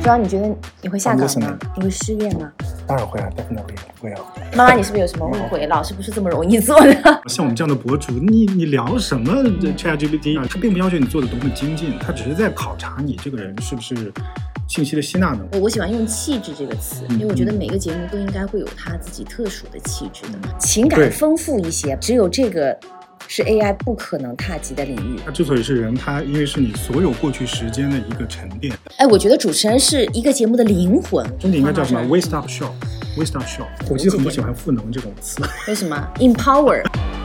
主要你觉得你会下岗吗？你会失业吗？ 当然会啊 ，definitely 会啊。 妈妈，你是不是有什么误会？老师不是这么容易做的。 像我们这样的博主，你聊什么 ChatGPT 啊？他并不要求你做的多么精进，他只是在考察你这个人是不是信息的吸纳能力。 我喜欢用气质这个词，因为我觉得每个节目都应该会有他自己特殊的气质的，情感丰富一些，只有这个是 AI 不可能踏及的领域。 它之所以是人，它因为是你所有过去时间的一个沉淀。 我觉得主持人是一个节目的灵魂。 中文应该叫什么 ？Waste up show。Waste up show。我其实很不喜欢赋能这种词。 为什么 ？Empower。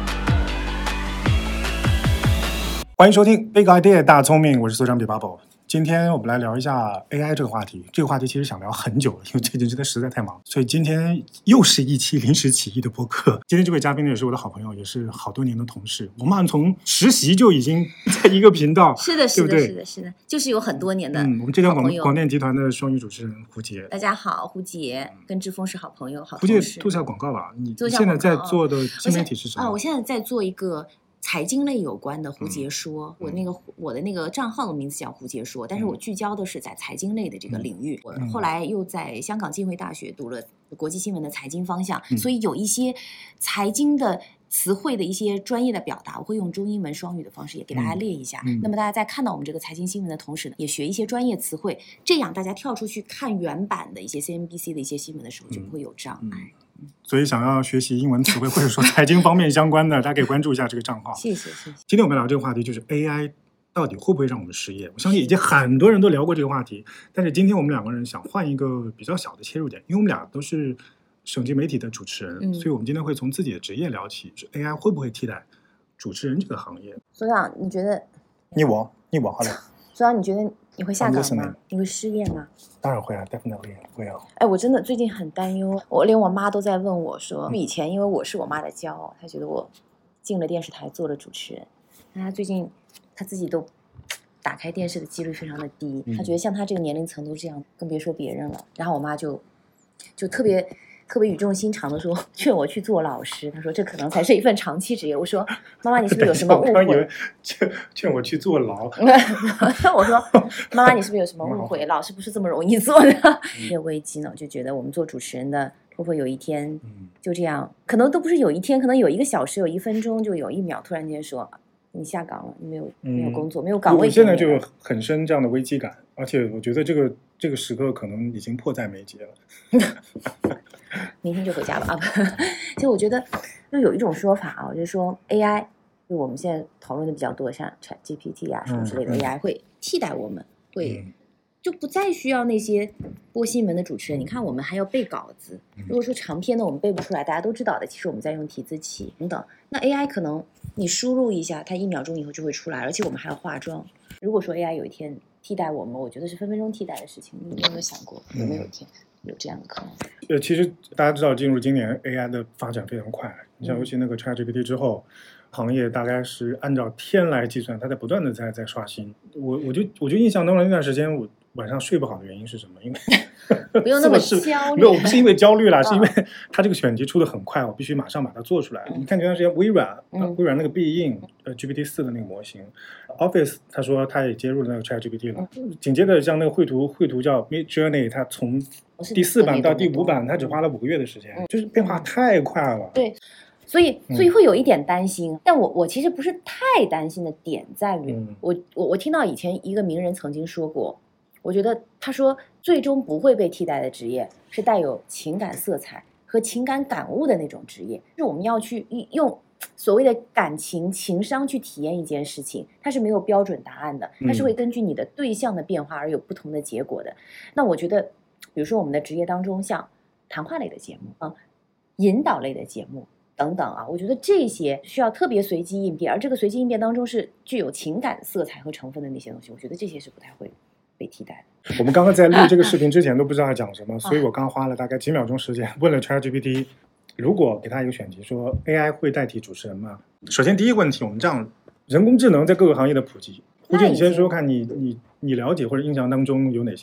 欢迎收听 Big Idea 大聪明，我是所长比 Bubble。今天我们来聊一下 AI 这个话题。这个话题其实想聊很久了，因为最近真的实在太忙，所以今天又是一期临时起意的播客。今天这位嘉宾呢，也是我的好朋友，也是好多年的同事。我们好像从实习就已经在一个频道， 是的，是的， 对不对？ 是的，是的，就是有很多年的好朋友。 我们这家广电集团的双语主持人胡杰。 大家好，胡杰跟志峰是好朋友，好胡同事。 杰做下广告吧，你现在在做的新媒体是什么？ 我现在在做一个财经类有关的胡杰说，我的那个账号的名字叫胡杰说，但是我聚焦的是在财经类的这个领域。我后来又在香港浸会大学读了国际新闻的财经方向，所以有一些财经的词汇的一些专业的表达，我会用中英文双语的方式也给大家列一下。那么大家在看到我们这个财经新闻的同时呢，也学一些专业词汇，这样大家跳出去看原版的一些 CNBC 的一些新闻的时候就不会有障碍。 所以想要学习英文词汇或者说财经方面相关的，大家可以关注一下这个账号。 谢谢，谢谢。 今天我们聊这个话题就是 AI 到底会不会让我们失业？我相信已经很多人都聊过这个话题，但是今天我们两个人想换一个比较小的切入点，因为我们俩都是省级媒体的主持人，所以我们今天会从自己的职业聊起，就是 AI 会不会替代主持人这个行业？ 所长，你觉得？ 你我好的。 所长，你觉得你会下岗吗？你会失业吗？ 当然会啊 ，definitely 会啊。 我真的最近很担忧，连我妈都在问我说，以前因为我是我妈的骄傲，她觉得我进了电视台做了主持人，但她最近她自己都打开电视的几率非常的低，她觉得像她这个年龄层都这样，更别说别人了。然后我妈就特别语重心长的说，劝我去做老师。她说这可能才是一份长期职业。我说妈妈，你是不是有什么误会？ 劝我去坐牢。 我说妈妈，你是不是有什么误会？老师不是这么容易做的。这个危机呢，就觉得我们做主持人的会不会有一天就这样，可能都不是有一天，可能有1个小时，有1分钟，就有1秒突然间说你下岗了，你没有工作，没有岗位。 我现在就很深这样的危机感，而且我觉得这个时刻可能已经迫在眉睫了。 明天就回家了啊！其实我觉得就有一种说法啊，就是说 AI， 就我们现在讨论的比较多，像 ChatGPT 啊什么之类的 AI 会替代我们，会就不再需要那些播新闻的主持人。你看，我们还要背稿子，如果说长篇的我们背不出来，大家都知道的，其实我们在用提字器等等。那 AI 可能你输入一下，它1秒钟以后就会出来，而且我们还要化妆。如果说 AI 有一天替代我们，我觉得是分分钟替代的事情。你有没有想过，有没有一天有这样的可能？ 其实大家知道，进入今年 AI 的发展非常快。你像尤其那个 ChatGPT 之后，行业大概是按照天来计算，它在不断的在刷新。我就印象当中那段时间，我晚上睡不好的原因是什么？因为不用那么焦虑。 没有，不是因为焦虑啦，是因为它这个选题出的很快，我必须马上把它做出来。你看前段时间微软那个必应GPT-4的那个模型，Office 他说他也接入了那个 ChatGPT 了。紧接着像那个绘图叫 Midjourney， 它从第4版到第5版，它只花了5个月的时间，就是变化太快了。 对。所以会有一点担心，但我其实不是太担心的点在于，我听到以前一个名人曾经说过，我觉得他说最终不会被替代的职业是带有情感色彩和情感感悟的那种职业，就是我们要去用所谓的感情情商去体验一件事情，它是没有标准答案的，它是会根据你的对象的变化而有不同的结果的。那我觉得比如说我们的职业当中，像谈话类的节目引导类的节目等等我觉得这些需要特别随机应变，而这个随机应变当中是具有情感色彩和成分的那些东西，我觉得这些是不太会被替代的。 我们刚刚在录这个视频之前都不知道要讲什么，所以我刚花了大概几秒钟时间问了 ChatGPT， 如果给他一个选题说 AI 会代替主持人吗？首先第一个问题，我们这样，人工智能在各个行业的普及，胡姐你先说看你了解或者印象当中有哪些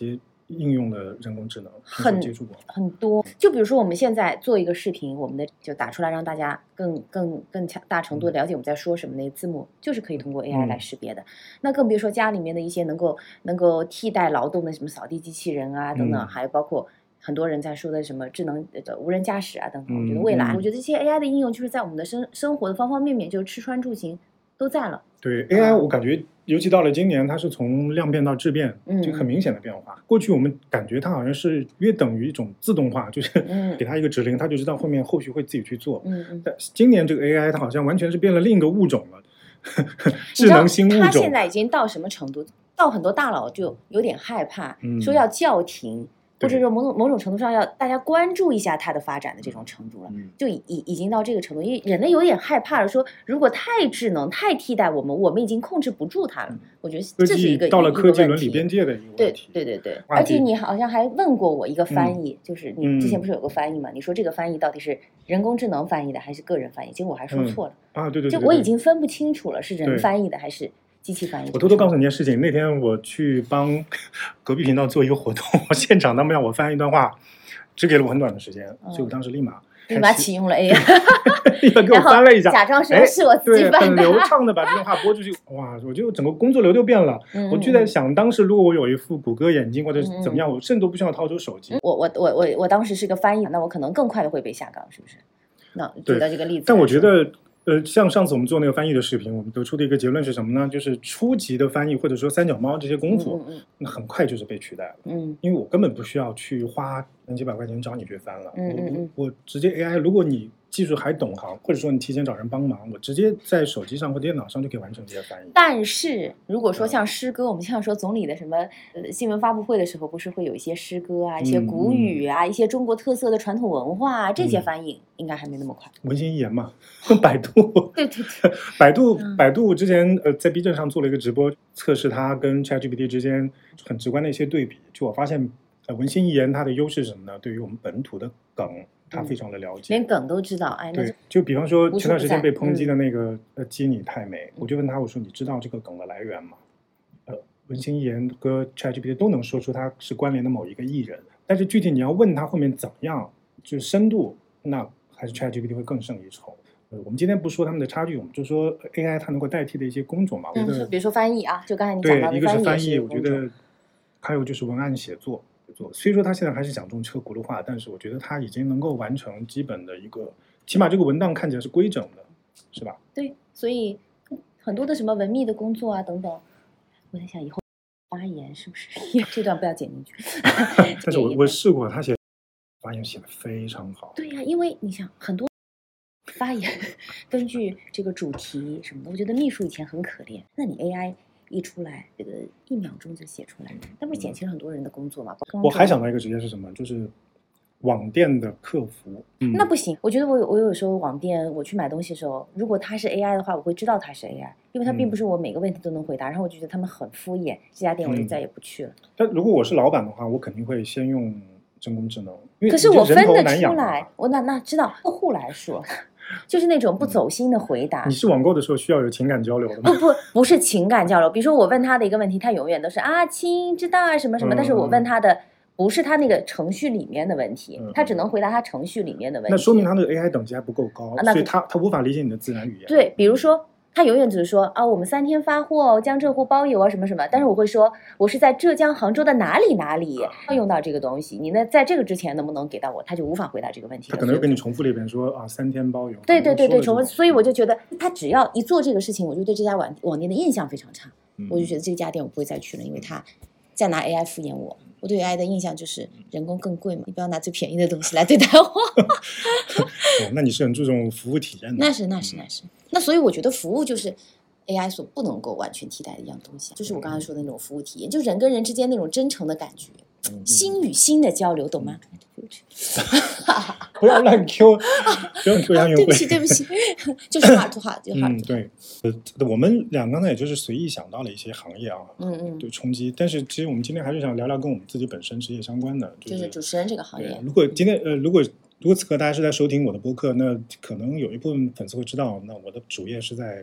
应用的人工智能？接触过很多。就比如说我们现在做一个视频，我们的就打出来让大家更大程度了解我们在说什么，那个字幕就是可以通过 AI 来识别的。那更别说家里面的一些能够替代劳动的什么扫地机器人啊等等，还有包括很多人在说的什么智能无人驾驶啊等等。我觉得未来，我觉得这些 AI 的应用就是在我们的生活的方方面面，就是吃穿住行都在了。 对 AI，我感觉尤其到了今年，它是从量变到质变，就很明显的变化。过去我们感觉它好像是约等于一种自动化，就是给它一个指令，它就知道后续会自己去做。但今年这个 AI 它好像完全是变了另一个物种了，智能新物种。 它现在已经到什么程度？到很多大佬就有点害怕，说要叫停。或者说某种程度上要大家关注一下它的发展的这种程度了，就已经到这个程度，因为人类有点害怕了，说如果太智能太替代我们已经控制不住它了。我觉得这是一个到了科技伦理边界的一个问题。 对。而且你好像还问过我一个翻译，就是你之前不是有个翻译吗？你说这个翻译到底是人工智能翻译的还是个人翻译？结果我还说错了啊！对， 就我已经分不清楚了，是人翻译的还是机器翻译。 我偷偷告诉你一件事情，那天我去帮隔壁频道做一个活动，现场他们让我翻一段话，只给了我很短的时间，所以我当时立马启用了 AI， 立马给我翻了一下， 假装是我自己翻的， 很流畅的把这段话播出去。哇，我就整个工作流就变了。我就在想，当时如果我有一副谷歌眼镜或者怎么样，我甚至都不需要掏出手机。 我当时是个翻译，那我可能更快的会被下岗，是不是？那举到这个例子， 但我觉得。像上次我们做那个翻译的视频，我们得出的一个结论是什么呢？就是初级的翻译或者说三脚猫这些功夫，那很快就是被取代了。因为我根本不需要去花几百块钱找你去翻了。我直接 AI， 如果你技术还懂行，或者说你提前找人帮忙，我直接在手机上或电脑上就可以完成这些翻译。 但是如果说像诗歌，我们像说总理的什么新闻发布会的时候，不是会有一些诗歌啊、一些古语啊、一些中国特色的传统文化啊，这些翻译应该还没那么快。 文心一言嘛，百度对， 百度之前在 B 站上做了一个直播，测试它跟 ChatGPT 之间很直观的一些对比。就我发现文心一言它的优势是什么呢？对于我们本土的梗他非常的了解， 连梗都知道。哎， 对，就比方说前段时间被抨击的那个基你太美，我就问他，我说你知道这个梗的来源吗？文心一言和 ChatGPT 都能说出它是关联的某一个艺人，但是具体你要问他后面怎么样，就是深度，那还是 ChatGPT 会更胜一筹。我们今天不说他们的差距，我们就说 AI 它能够代替的一些工种嘛。 比如说翻译啊，就刚才你讲到的一个是翻译，我觉得还有就是文案写作。虽说他现在还是讲中车轱辘话，但是我觉得他已经能够完成基本的一个，起码这个文档看起来是规整的，是吧？ 对，所以很多的什么文秘的工作啊等等，我在想以后发言是不是这段不要剪进去？ 但是我试过，他写发言写得非常好。 对呀，因为你想很多发言根据这个主题什么的，我觉得秘书以前很可怜，那你 AI。一出来，这个1秒钟就写出来，那不减轻了很多人的工作吗？ 我还想到一个职业是什么，就是网店的客服。 那不行，我觉得我有时候网店我去买东西的时候，如果它是 AI 的话，我会知道它是 AI， 因为它并不是我每个问题都能回答，然后我就觉得他们很敷衍，这家店我就再也不去了。 但如果我是老板的话，我肯定会先用人工智能， 可是我分得出来，我那知道客户来说。就是那种不走心的回答。 你是网购的时候需要有情感交流的吗？ 不是情感交流。比如说我问他的一个问题，他永远都是啊亲知道啊什么什么，但是我问他的不是他那个程序里面的问题，他只能回答他程序里面的问题。 那说明他的 AI 等级还不够高，所以他无法理解你的自然语言。 对，比如说。他永远只是说啊，我们3天发货，江浙沪包邮啊，什么什么。但是我会说，我是在浙江杭州的哪里要用到这个东西。你呢，在这个之前能不能给到我？他就无法回答这个问题。 他可能又跟你重复了一遍，说啊3天包邮。 对，重复。所以我就觉得，他只要一做这个事情，我就对这家网店的印象非常差。我就觉得这家店我不会再去了，因为他在拿 AI 敷衍我。我对 AI 的印象就是人工更贵嘛，你不要拿最便宜的东西来对待我。 那你是很注重服务体验的。 那是。那所以我觉得服务就是 AI 所不能够完全替代的一样东西，就是我刚才说的那种服务体验，就人跟人之间那种真诚的感觉，心与心的交流，懂吗？ 不要乱 Q， 不要 Q 杨永辉。 对不起，就是 heart to heart， 就 heart。 对，我们俩刚才也就是随意想到了一些行业啊，对冲击，但是其实我们今天还是想聊聊跟我们自己本身职业相关的， 就是主持人这个行业。 如果今天如果此刻大家是在收听我的播客，那可能有一部分粉丝会知道，那我的主业是在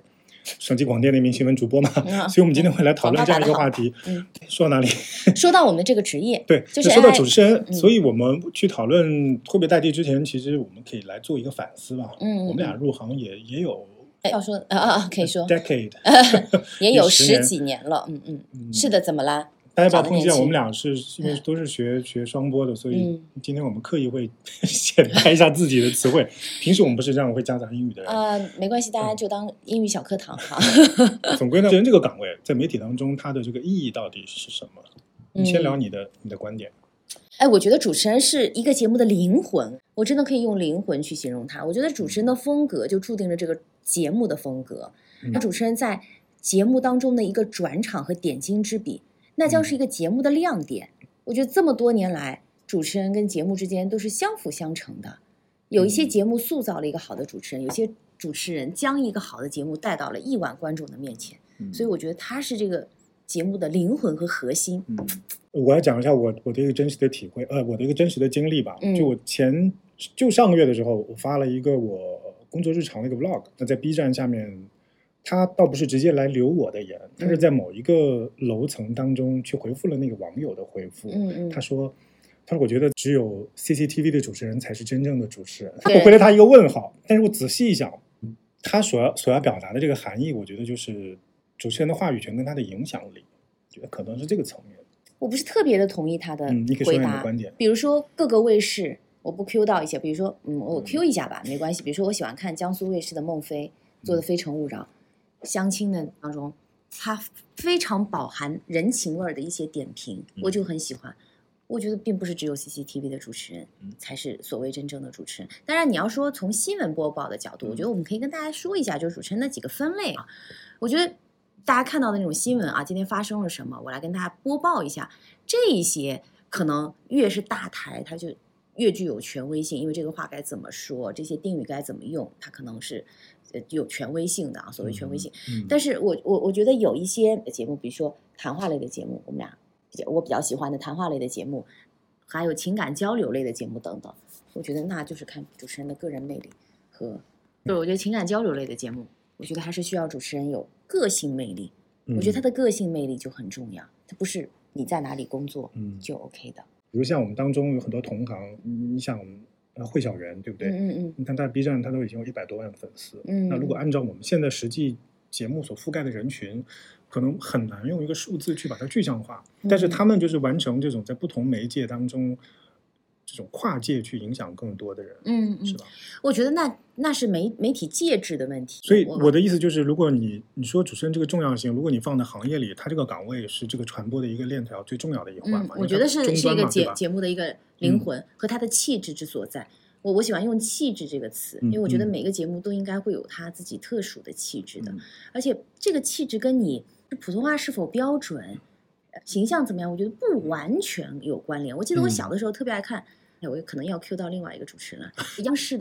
省级广电的一名新闻主播嘛，所以我们今天会来讨论这样一个话题。说到哪里？ 说到我们这个职业， 对， 就是说到主持人，所以我们去讨论会不会代替之前，其实我们可以来做一个反思吧。我们俩入行也有。 要说可以说 decade 也有10几年了，是的，怎么啦？ 大家不要碰见我们俩是因为都是学双播的，所以今天我们刻意会显摆一下自己的词汇。平时我们不是这样会夹杂英语的人没关系，大家就当英语小课堂哈。 总归呢，这个岗位在媒体当中它的这个意义到底是什么？你先聊你的观点。 我觉得主持人是一个节目的灵魂，我真的可以用灵魂去形容它。我觉得主持人的风格就注定了这个节目的风格，那主持人在节目当中的一个转场和点睛之笔，那将是一个节目的亮点。我觉得这么多年来，主持人跟节目之间都是相辅相成的。有一些节目塑造了一个好的主持人，有些主持人将一个好的节目带到了亿万观众的面前，所以我觉得他是这个节目的灵魂和核心。 我要讲一下我的一个真实的体会，我的一个真实的经历吧。就上个月的时候，我发了一个我工作日常的一个 vlog， 那在 B 站下面，他倒不是直接来留我的言，他是在某一个楼层当中去回复了那个网友的回复。他说我觉得只有 CCTV 的主持人才是真正的主持人。我回了他一个问号，但是我仔细一想，他所要表达的这个含义，我觉得就是主持人的话语权跟他的影响力，觉得可能是这个层面。 我不是特别的同意他的回答。 你可以说你的观点。 比如说各个卫视，我不 Q 到一些，比如说我 Q 一下吧，没关系。比如说我喜欢看江苏卫视的孟非做的《非诚勿扰》，相亲的当中，他非常饱含人情味的一些点评，我就很喜欢。我觉得并不是只有 CCTV 的主持人才是所谓真正的主持人。当然，你要说从新闻播报的角度，我觉得我们可以跟大家说一下，就是主持人的几个分类啊。我觉得大家看到的那种新闻啊，今天发生了什么，我来跟大家播报一下。这一些可能越是大台，它就越具有权威性，因为这个话该怎么说，这些定语该怎么用，它可能是有权威性的啊，所谓权威性。但是我觉得有一些节目，比如说谈话类的节目，我比较喜欢的谈话类的节目，还有情感交流类的节目等等，我觉得那就是看主持人的个人魅力和，就是我觉得情感交流类的节目，我觉得还是需要主持人有个性魅力。我觉得他的个性魅力就很重要，他不是你在哪里工作就 OK 的。 比如像我们当中有很多同行，你想惠小媛对不对？你看他 B 站他都已经有100多万粉丝。那如果按照我们现在实际节目所覆盖的人群，可能很难用一个数字去把它具象化。但是他们就是完成这种在不同媒介当中这种跨界去影响更多的人，是吧？ 我觉得那是媒体介质的问题。 所以我的意思就是，如果你说主持人这个重要性，如果你放在行业里，他这个岗位是这个传播的一个链条最重要的一环嘛。 我觉得是一个节目的一个灵魂和它的气质之所在。我喜欢用气质这个词，因为我觉得每个节目都应该会有它自己特殊的气质的，而且这个气质跟你普通话是否标准、形象怎么样，我觉得不完全有关联。我记得我小的时候特别爱看，我可能要 Q 到另外一个主持人了，央视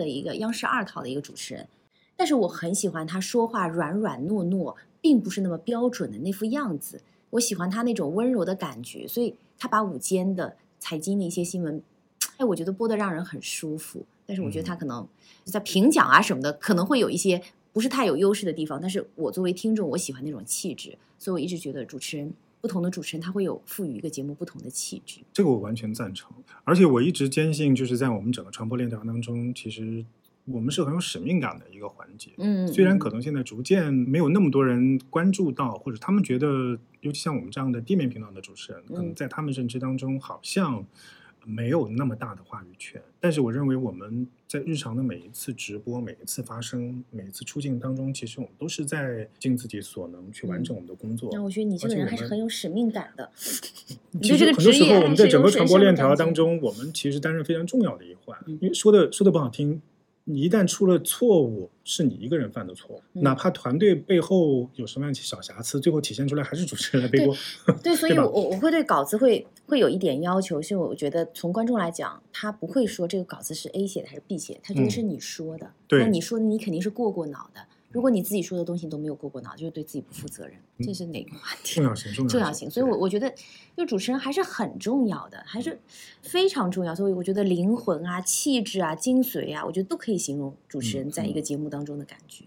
2套的一个主持人，但是我很喜欢他说话软软糯糯，并不是那么标准的那副样子。我喜欢他那种温柔的感觉，所以他把午间的财经的一些新闻，我觉得播得让人很舒服。但是我觉得他可能在评奖啊什么的，可能会有一些不是太有优势的地方。但是我作为听众，我喜欢那种气质，所以我一直觉得不同的主持人他会有赋予一个节目不同的气质。 这个我完全赞成，而且我一直坚信，就是在我们整个传播链条当中，其实我们是很有使命感的一个环节。虽然可能现在逐渐没有那么多人关注到，或者他们觉得，尤其像我们这样的地面频道的主持人，可能在他们认知当中好像没有那么大的话语权。但是我认为我们在日常的每一次直播、每一次发声、每一次出镜当中，其实我们都是在尽自己所能去完成我们的工作。 那我觉得你这个人还是很有使命感的。 其实很多时候我们在整个传播链条当中，我们其实担任非常重要的一环。因为说的不好听，你一旦出了错误，是你一个人犯的错，哪怕团队背后有什么样的小瑕疵，最后体现出来还是主持人来背锅。 对，所以我会对稿子会有一点要求，是我觉得从观众来讲，他不会说这个稿子是 A 写的还是 B 写的，他觉得是你说的。那你说的你肯定是过脑的。如果你自己说的东西都没有过脑，就是对自己不负责任。这是哪个话题？重要性。所以我觉得就主持人还是很重要的，还是非常重要。所以我觉得灵魂啊、气质啊、精髓啊，我觉得都可以形容主持人在一个节目当中的感觉。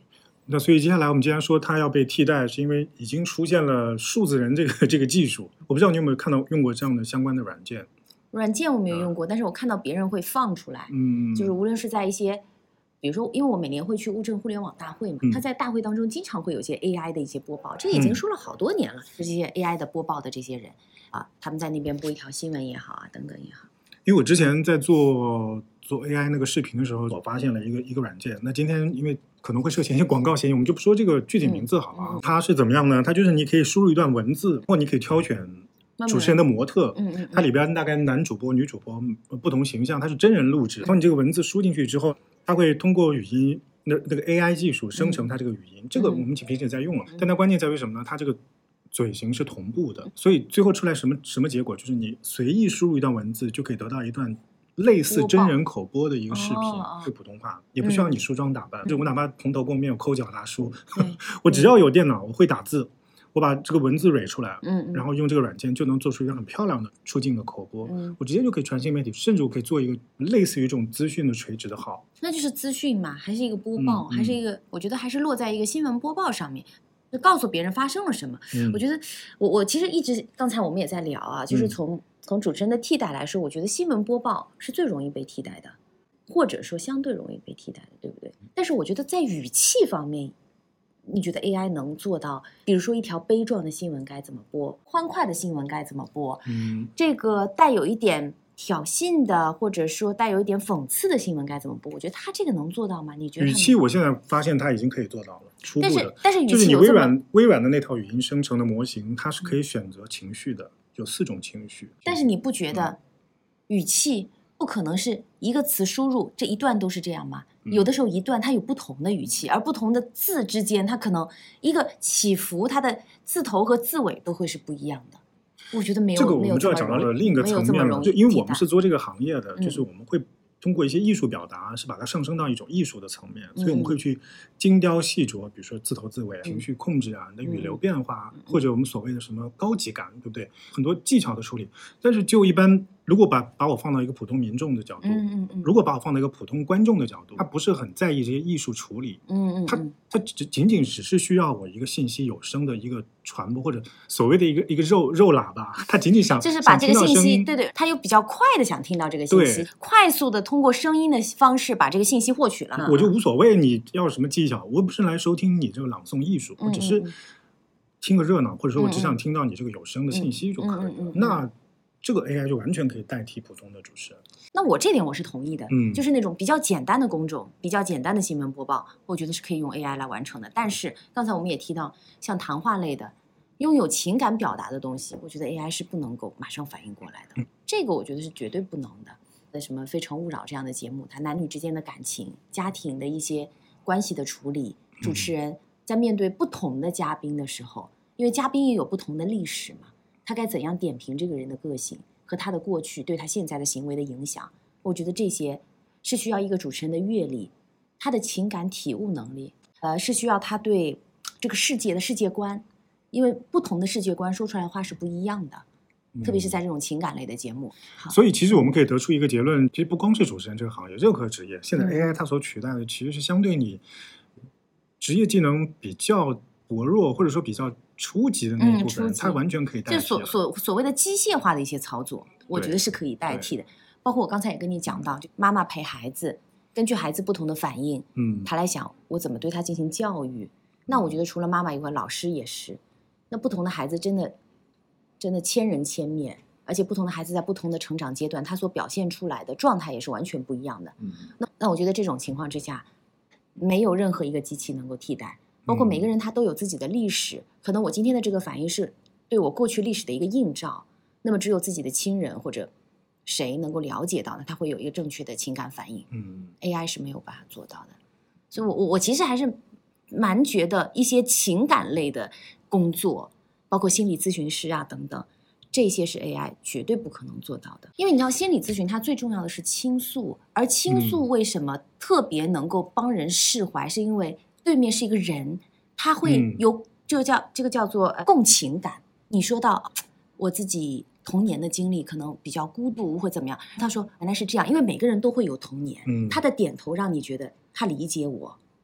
那所以接下来我们既然说它要被替代，是因为已经出现了数字人这个技术。我不知道你有没有看到用过这样的相关的软件？ 软件我没有用过，但是我看到别人会放出来，就是无论是在一些，比如说，因为我每年会去乌镇互联网大会嘛，它在大会当中经常会有一些 AI 的一些播报，这已经说了好多年了，就这些 AI 的播报的这些人啊，他们在那边播一条新闻也好啊，等等也好。 因为我之前在做 AI 那个视频的时候，我发现了一个软件。那今天因为可能会涉嫌一些广告嫌疑，我们就不说这个具体名字好了。它是怎么样呢？它就是你可以输入一段文字，或你可以挑选主持人的模特，它里边大概男主播、女主播不同形象，它是真人录制。当你这个文字输进去之后，它会通过语音那个 AI 技术生成它这个语音。这个我们平时也在用了，但它关键在于什么呢？它这个嘴型是同步的，所以最后出来什么结果？就是你随意输入一段文字，就可以得到一段类似真人口播的一个视频，是普通话，也不需要你梳妆打扮，就我哪怕蓬头垢面，我抠脚大叔，我只要有电脑，我会打字，我把这个文字蕊出来，然后用这个软件就能做出一个很漂亮的出镜的口播，我直接就可以传新媒体，甚至我可以做一个类似于这种资讯的垂直的号。 那就是资讯嘛，还是一个播报，还是一个，我觉得还是落在一个新闻播报上面。就告诉别人发生了什么。我觉得我其实一直刚才我们也在聊啊，就是从主持人的替代来说，我觉得新闻播报是最容易被替代的，或者说相对容易被替代的，对不对？但是我觉得在语气方面，你觉得 AI 能做到？比如说一条悲壮的新闻该怎么播，欢快的新闻该怎么播？这个带有一点挑衅的，或者说带有一点讽刺的新闻该怎么播？我觉得他这个能做到吗？你觉得？ 语气我现在发现他已经可以做到了，初步的。 但是语气就是你微软的那套语音生成的模型，它是可以选择情绪的，有4种情绪。 但是你不觉得语气不可能是一个词输入这一段都是这样吗？有的时候一段它有不同的语气，而不同的字之间，它可能一个起伏，它的字头和字尾都会是不一样的。我觉得没有这个我们就要讲到了另一个层面了，就因为我们是做这个行业的，就是我们会通过一些艺术表达，是把它上升到一种艺术的层面，所以我们会去精雕细琢，比如说字头字尾、情绪控制啊，你的语流变化，或者我们所谓的什么高级感，对不对？很多技巧的处理。但是就一般，如果把我放到一个普通民众的角度，如果把我放到一个普通观众的角度，他不是很在意这些艺术处理，他仅仅只是需要我一个信息有声的一个传播，或者所谓的一个肉喇叭，他仅仅想就是把这个信息，对，他又比较快的想听到这个信息，快速的通过声音的方式把这个信息获取了。 我就无所谓你要什么技巧，我不是来收听你这个朗诵艺术，我只是听个热闹，或者说我只想听到你这个有声的信息就可以了。那这个 AI 就完全可以代替普通的主持人。 那我这点我是同意的，就是那种比较简单的工种，比较简单的新闻播报，我觉得是可以用 AI 来完成的。但是刚才我们也提到，像谈话类的、拥有情感表达的东西，我觉得 AI 是不能够马上反应过来的。这个我觉得是绝对不能的。什么《非诚勿扰》这样的节目，它男女之间的感情、家庭的一些关系的处理，主持人在面对不同的嘉宾的时候，因为嘉宾也有不同的历史嘛。他该怎样点评这个人的个性和他的过去对他现在的行为的影响？我觉得这些是需要一个主持人的阅历，他的情感体悟能力，是需要他对这个世界的世界观，因为不同的世界观说出来的话是不一样的，特别是在这种情感类的节目。 所以其实我们可以得出一个结论，其实不光是主持人这个行业，任何职业，现在 AI 它所取代的其实是相对你职业技能比较薄弱，或者说比较初级的那一部分，它完全可以代替。 就所谓的机械化的一些操作，我觉得是可以代替的。包括我刚才也跟你讲到，就妈妈陪孩子，根据孩子不同的反应，他来想我怎么对他进行教育。那我觉得除了妈妈以外，老师也是。那不同的孩子真的千人千面，而且不同的孩子在不同的成长阶段，他所表现出来的状态也是完全不一样的。那我觉得这种情况之下，没有任何一个机器能够替代。包括每个人他都有自己的历史，可能我今天的这个反应是对我过去历史的一个映照，那么只有自己的亲人或者谁能够了解到的，他会有一个正确的情感反应。AI 是没有办法做到的。所以我其实还是蛮觉得一些情感类的工作，包括心理咨询师啊等等，这些是 AI 绝对不可能做到的。因为你知道心理咨询它最重要的是倾诉，而倾诉为什么特别能够帮人释怀，是因为对面是一个人，他会有这个叫做共情感。你说到我自己童年的经历可能比较孤独或怎么样，他说原来是这样，因为每个人都会有童年，他的点头让你觉得他理解我，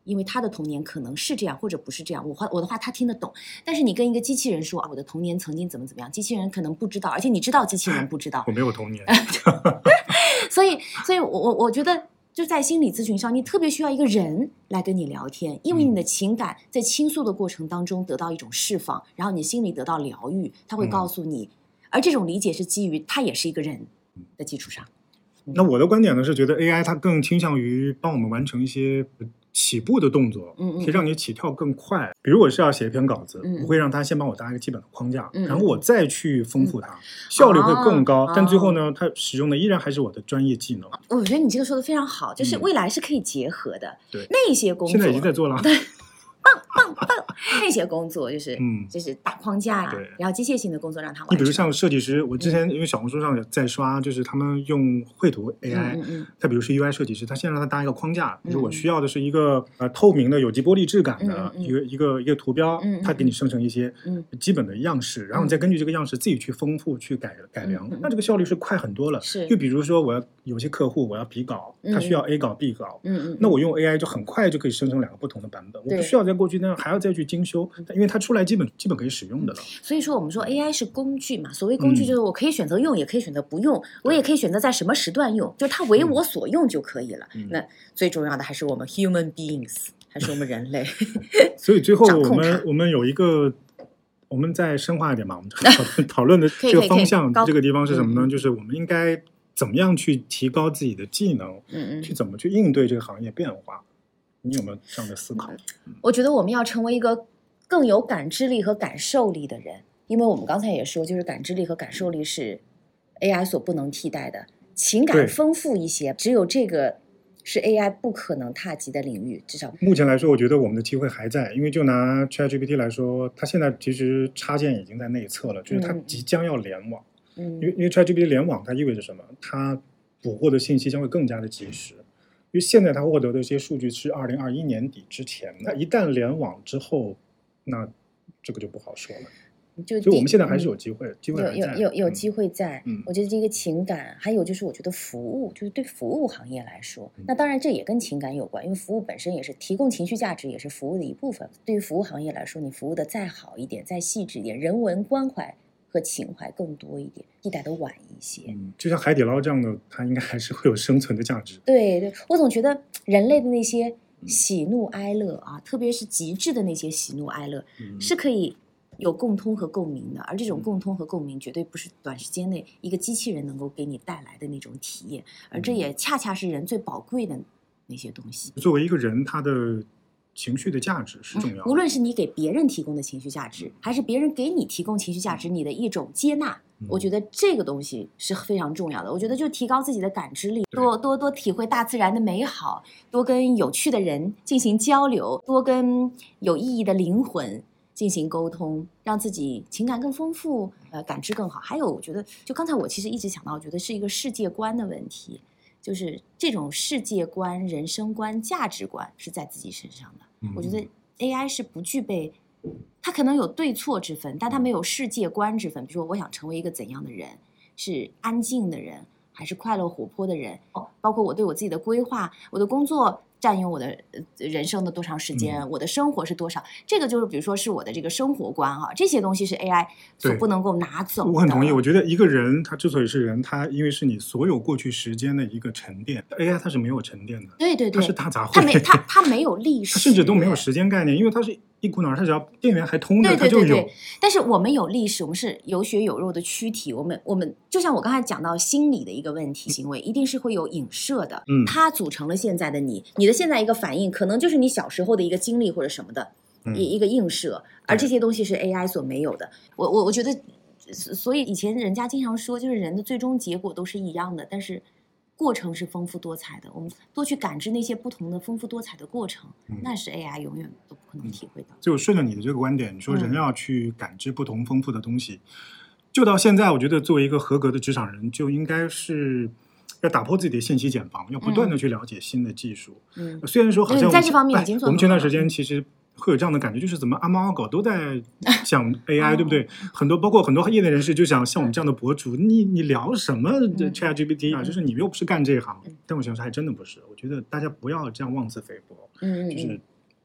因为他的童年可能是这样或者不是这样，我的话他听得懂。但是你跟一个机器人说我的童年曾经怎么样，机器人可能不知道，而且你知道机器人不知道。 我没有童年。 所以我觉得就在心理咨询上，你特别需要一个人来跟你聊天，因为你的情感在倾诉的过程当中得到一种释放，然后你心里得到疗愈，他会告诉你，而这种理解是基于他也是一个人的基础上。 那我的观点呢是觉得 AI 它更倾向于帮我们完成一些起步的动作，可以让你起跳更快。比如我是要写一篇稿子，我会让它先帮我搭一个基本的框架，然后我再去丰富它，效率会更高。但最后呢，它使用的依然还是我的专业技能。 我觉得你这个说的非常好，就是未来是可以结合的。 对， 那些工作现在已经在做了。 对。棒！那些工作就是大框架呀，然后机械性的工作让它完成。 你比如像设计师，我之前因为小红书上在刷，就是他们用绘图 AI，他比如是 UI 设计师，他先让他搭一个框架，比如我需要的是一个透明的有机玻璃质感的一个图标，他给你生成一些基本的样式，然后你再根据这个样式自己去丰富去改良，那这个效率是快很多了。就比如说我要有些客户我要比稿，他需要 A 稿 B 稿，那我用 AI 就很快就可以生成2个不同的版本，我不需要在过去那样还要再去精修，因为它出来基本可以使用的了。 所以说我们说 AI 是工具嘛，所谓工具就是我可以选择用，也可以选择不用，我也可以选择在什么时段用，就它为我所用就可以了。那最重要的还是我们 human beings， 还是我们人类。 所以最后我们有一个，我们再深化一点嘛，我们讨论的这个方向这个地方是什么呢？就是我们应该怎么样去提高自己的技能，去怎么去应对这个行业变化。你有没有这样的思考？ 我觉得我们要成为一个更有感知力和感受力的人，因为我们刚才也说，就是感知力和感受力是 AI 所不能替代的，情感丰富一些，只有这个是 AI 不可能踏及的领域。至少目前来说，我觉得我们的机会还在，因为就拿 ChatGPT 来说，它现在其实插件已经在内测了，就是它即将要联网。因为 ChatGPT 联网它意味着什么？它捕获的信息将会更加的及时。因为现在它获得的一些数据是2021年底之前，那一旦联网之后，那这个就不好说了。所以我们现在还是有机会，机会还在， 有机会在。我觉得这个情感，还有就是我觉得服务，就是对服务行业来说，那当然这也跟情感有关，因为服务本身也是提供情绪价值，也是服务的一部分。对于服务行业来说，你服务的再好一点，再细致一点，人文关怀和情怀更多一点，替代的晚一些。 就像海底捞这样的，它应该还是会有生存的价值。 对，我总觉得人类的那些喜怒哀乐啊，特别是极致的那些喜怒哀乐，是可以有共通和共鸣的，而这种共通和共鸣绝对不是短时间内一个机器人能够给你带来的那种体验，而这也恰恰是人最宝贵的那些东西。 作为一个人，他的情绪的价值是重要的， 无论是你给别人提供的情绪价值，还是别人给你提供情绪价值，你的一种接纳，我觉得这个东西是非常重要的。我觉得就提高自己的感知力，多体会大自然的美好，多跟有趣的人进行交流，多跟有意义的灵魂进行沟通，让自己情感更丰富，感知更好。还有我觉得就刚才我其实一直想到，我觉得是一个世界观的问题，就是这种世界观、人生观、价值观是在自己身上的。我觉得 AI 是不具备，它可能有对错之分，但它没有世界观之分。比如说我想成为一个怎样的人，是安静的人还是快乐活泼的人，包括我对我自己的规划，我的工作占用我的人生的多长时间，我的生活是多少，这个就是比如说是我的这个生活观啊，这些东西是 AI 所不能够拿走的。 我很同意，我觉得一个人他之所以是人，他因为是你所有过去时间的一个沉淀， AI 它是没有沉淀的。 对， 它是大杂烩， 它没有历史， 它甚至都没有时间概念，因为它是一股脑，它只要电源还通着，它就有。 但是我们有历史，我们是有血有肉的躯体，我们就像我刚才讲到心理的一个问题，行为一定是会有影射的，它组成了现在的你的现在一个反应，可能就是你小时候的一个经历或者什么的一个映射，而这些东西是 AI 所没有的。我觉得，所以以前人家经常说，就是人的最终结果都是一样的，但是过程是丰富多彩的，我们多去感知那些不同的丰富多彩的过程，那是 AI 永远都不可能体会到。 就顺着你的这个观点，你说人要去感知不同丰富的东西，就到现在，我觉得作为一个合格的职场人，就应该是要打破自己的信息茧房，要不断的去了解新的技术。虽然说好像在这方面已经做我们前段时间其实会有这样的感觉，就是怎么阿猫阿狗都在讲 AI，对不对？包括很多业内人士就想像我们这样的博主，你聊什么 ChatGPT 啊？就是你又不是干这一行。但我想说还真的不是，我觉得大家不要这样妄自菲薄。就是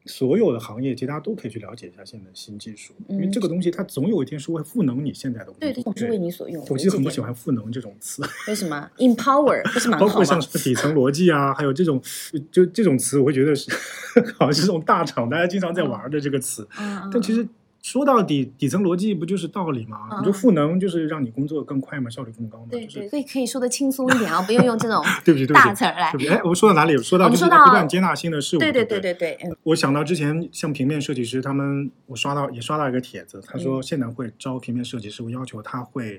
所有的行业其实大家都可以去了解一下现在的新技术，因为这个东西它总有一天是会赋能你现在的工作。 对，是为你所用。 我其实很不喜欢赋能这种词。 为什么 ？empower 不是蛮好吗？ 包括像什么底层逻辑啊，还有这种这种词，我会觉得是好像是这种大厂大家经常在玩的这个词。但其实说到底层逻辑不就是道理吗？你就赋能就是让你工作更快嘛，效率更高嘛。 对，所以可以说的轻松一点啊，不用用这种对不起大词来。 我们说到哪里？说到就是不断接纳新的事物。 对。 我想到之前像平面设计师，我刷到一个帖子，他说现在会招平面设计师，我要求他会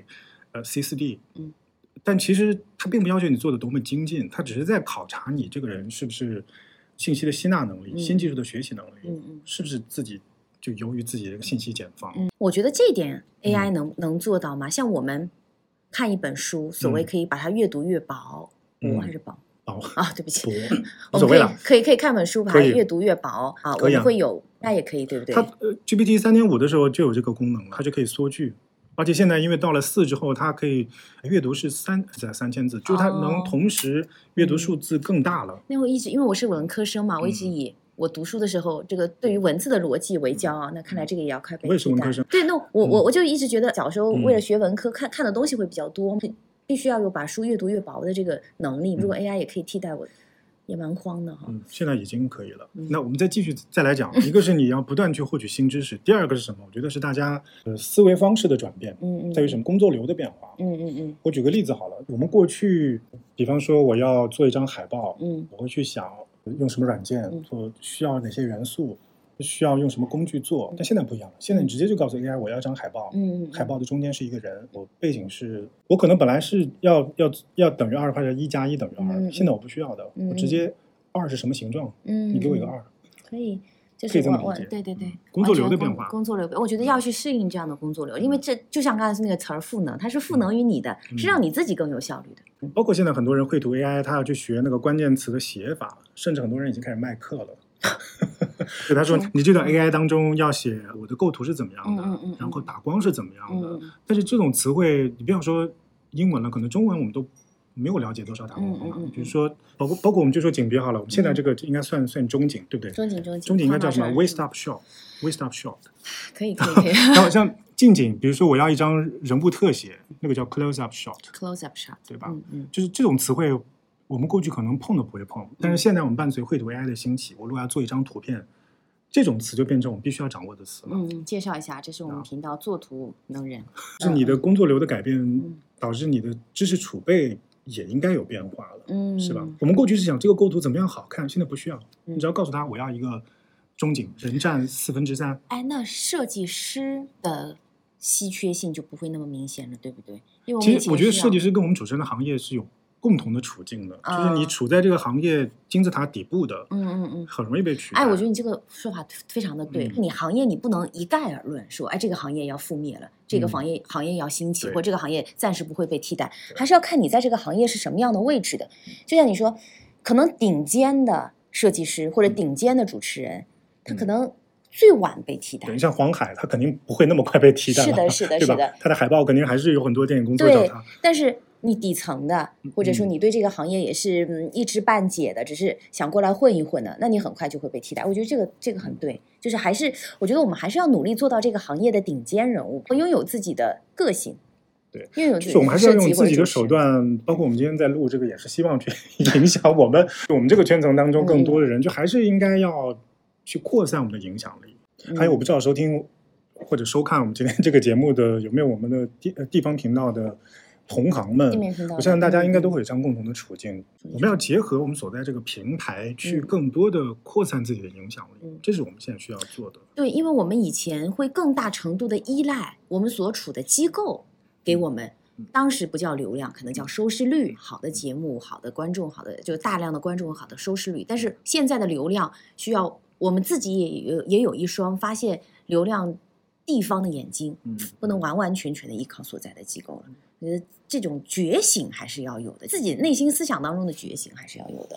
C4D。但其实他并不要求你做的多么精进，他只是在考察你这个人是不是信息的吸纳能力、新技术的学习能力，是不是自己就由于自己的信息茧房。 我觉得这一点 AI 能做到吗？像我们看一本书，所谓可以把它越读越薄，薄还是薄？ 薄啊，对不起， 无所谓了。 可以看本书，把它越读越薄啊。我们会有，那也可以，对不对？ 它GPT 3.5的时候就有这个功能了，它就可以缩句。而且现在因为到了4之后，它可以阅读是3000字，就是它能同时阅读数字更大了。 那我一直因为我是文科生嘛，我一直以我读书的时候这个对于文字的逻辑为骄傲。那看来这个也要快被替代。 我也是文科生。 对，那我就一直觉得小时候为了学文科看的东西会比较多，必须要有把书越读越薄的这个能力。如果 AI 也可以替代我，也蛮慌的哈。 现在已经可以了。那我们继续来讲，一个是你要不断去获取新知识，第二个是什么？我觉得是大家思维方式的转变，在于什么？工作流的变化。我举个例子好了，我们过去，比方说我要做一张海报，我会去想用什么软件做，需要哪些元素，需要用什么工具做。但现在不一样了，现在你直接就告诉 AI 我要一张海报，海报的中间是一个人，我背景是我可能本来是要等于2或者1+1等于2，现在我不需要的，我直接2是什么形状，你给我一个2， 可以。 可以这么理解。 对， 工作流的变化， 工作流，我觉得要去适应这样的工作流，因为这就像刚才那个词儿赋能，它是赋能于你的，是让你自己更有效率的。 包括现在很多人绘图 AI， 他要去学那个关键词的写法，甚至很多人已经开始卖课了。对，他说你这段 AI 当中要写我的构图是怎么样的，然后打光是怎么样的。但是这种词汇，你不要说英文了，可能中文我们都没有了解多少打光方法。比如说，包括我们就说景别好了，我们现在这个应该算中景，对不对？中景应该叫什么 ？Waist up shot，Waist up shot。 可以。 然后像近景，比如说我要一张人物特写，那个叫 close up shot，close up shot， 对吧？就是这种词汇，我们过去可能碰都不会碰，但是现在我们伴随绘图 AI 的兴起，我如果要做一张图片，这种词就变成我们必须要掌握的词了。 介绍一下，这是我们频道作图能人。 是你的工作流的改变，导致你的知识储备也应该有变化了，是吧？我们过去是想这个构图怎么样好看，现在不需要，你只要告诉他我要一个中景，人占3/4。 那设计师的稀缺性就不会那么明显了，对不对？因为其实我觉得设计师跟我们主持人的行业是有共同的处境的，就是你处在这个行业金字塔底部的，很容易被取代。 我觉得你这个说法非常的对。你行业你不能一概而论说，这个行业要覆灭了，这个行业要兴起，或这个行业暂时不会被替代，还是要看你在这个行业是什么样的位置的。就像你说，可能顶尖的设计师或者顶尖的主持人，他可能最晚被替代。 像黄海，他肯定不会那么快被替代。 是的， 对吧？他的海报肯定还是有很多电影工作找他。 但是你底层的，或者说你对这个行业也是一知半解的，只是想过来混一混的，那你很快就会被替代。我觉得这个很对，就是我觉得我们还是要努力做到这个行业的顶尖人物，拥有自己的个性。 对， 拥有自己的我们还是要用自己的手段，包括我们今天在录这个，也是希望去影响我们这个圈层当中更多的人，就还是应该要去扩散我们的影响力。还有，我不知道收听或者收看我们今天这个节目的有没有我们的地方频道的同行们，我相信大家应该都会有这样共同的处境。我们要结合我们所在这个平台，去更多的扩散自己的影响力，这是我们现在需要做的。 对，因为我们以前会更大程度的依赖我们所处的机构给我们，当时不叫流量，可能叫收视率。好的节目，好的观众，就大量的观众，好的收视率。但是现在的流量需要我们自己也有一双发现流量地方的眼睛，不能完完全全的依靠所在的机构了。我觉得这种觉醒还是要有的，自己内心思想当中的觉醒还是要有的。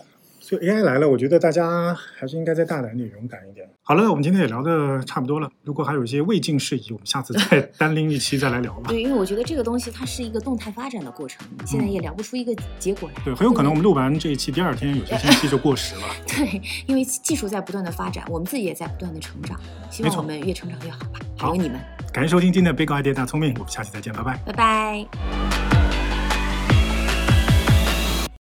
所以 AI 来了，我觉得大家还是应该再大胆一点、勇敢一点。好了，我们今天也聊得差不多了。如果还有一些未尽事宜，我们下次再单拎一期再来聊吧。 对，因为我觉得这个东西它是一个动态发展的过程，现在也聊不出一个结果来。 对，很有可能我们录完这一期，第二天有些信息就过时了。 对，因为技术在不断的发展，我们自己也在不断的成长，希望我们越成长越好吧。还有你们， 感谢收听今天的被告爱电大聪明，我们下期再见，拜拜， 拜拜。